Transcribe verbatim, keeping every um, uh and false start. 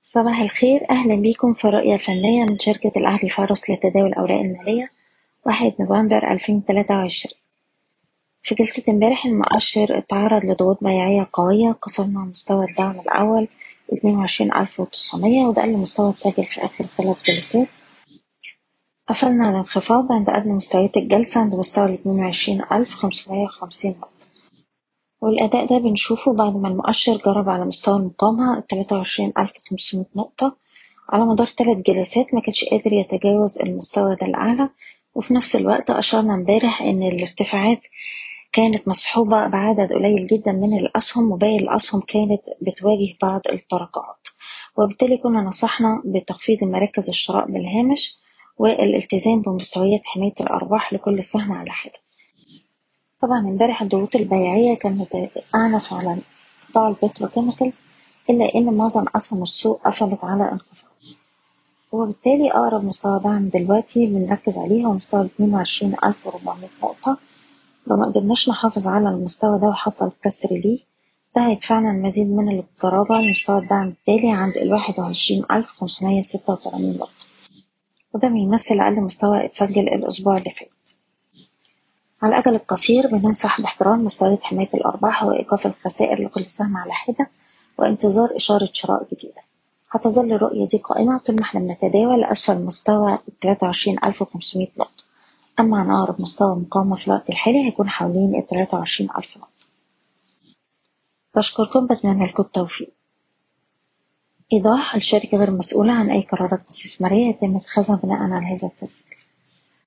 صباح الخير، أهلا بيكم في الرؤية الفنية من شركة الأهلي فارس لتداول الأوراق المالية واحد نوفمبر ألفين وتلاتة وعشرين. في جلسة امبارح المؤشر اتعرض لضغوط بيعية قوية، كسرنا مستوى الدعم الأول اتنين وعشرين ألف وتسعمية وده أقل مستوى اتسجل في آخر ثلاث جلسات. قفلنا على انخفاض عند أدنى مستويات الجلسة عند مستوى الاتنين وعشرين ألف خمسمية وخمسين نقطة، والأداء ده بنشوفه بعد ما المؤشر جرب على مستوى المقاومة التلاتة وعشرين ألف خمسمية نقطة على مدار ثلاث جلسات، ما كانش قادر يتجاوز المستوى ده الأعلى. وفي نفس الوقت أشرنا امبارح إن الارتفاعات كانت مصحوبة بعدد قليل جدا من الأسهم، وباقي الأسهم كانت بتواجه بعض التراجعات، وبالتالي كنا نصحنا بتخفيض مراكز الشراء بالهامش والالتزام بمستويات حماية الأرباح لكل سهم على حدة. طبعا امبارح الضغوط البيعية كانت أعنف على قطاع البتروكيميكالز، إلا إن معظم أسهم السوق قفلت على انخفاض، وبالتالي أقرب مستوى دعم دلوقتي بنركز عليه هو مستوى الاتنين وعشرين ألف وأربعمية نقطة. لو مقدرناش نحافظ على المستوى ده وحصل كسر ليه، ده هيدفعنا المزيد من الاقتراب لمستوى الدعم التالي عند الواحد وعشرين ألف خمسمية ستة وتمانين نقطة، وده بيمثل أقل مستوى اتسجل الأسبوع اللي فات. على الأجل القصير بننصح باحترام مستويات حماية الأرباح وإيقاف الخسائر لكل سهم على حدة وانتظار إشارة شراء جديدة. هتظل الرؤية دي قائمة طول ما احنا بنتداول أسفل مستوى التلاتة وعشرين ألف وخمسمية نقطة، أما عن أقرب مستوى مقاومة في الوقت الحالي هيكون حوالين التلاتة وعشرين ألف نقطة. بشكركم، بتمنى لكم التوفيق. إيضاح: الشركة غير مسؤولة عن أي قرارات استثمارية يتم اتخاذها بناء على هذا التسجيل.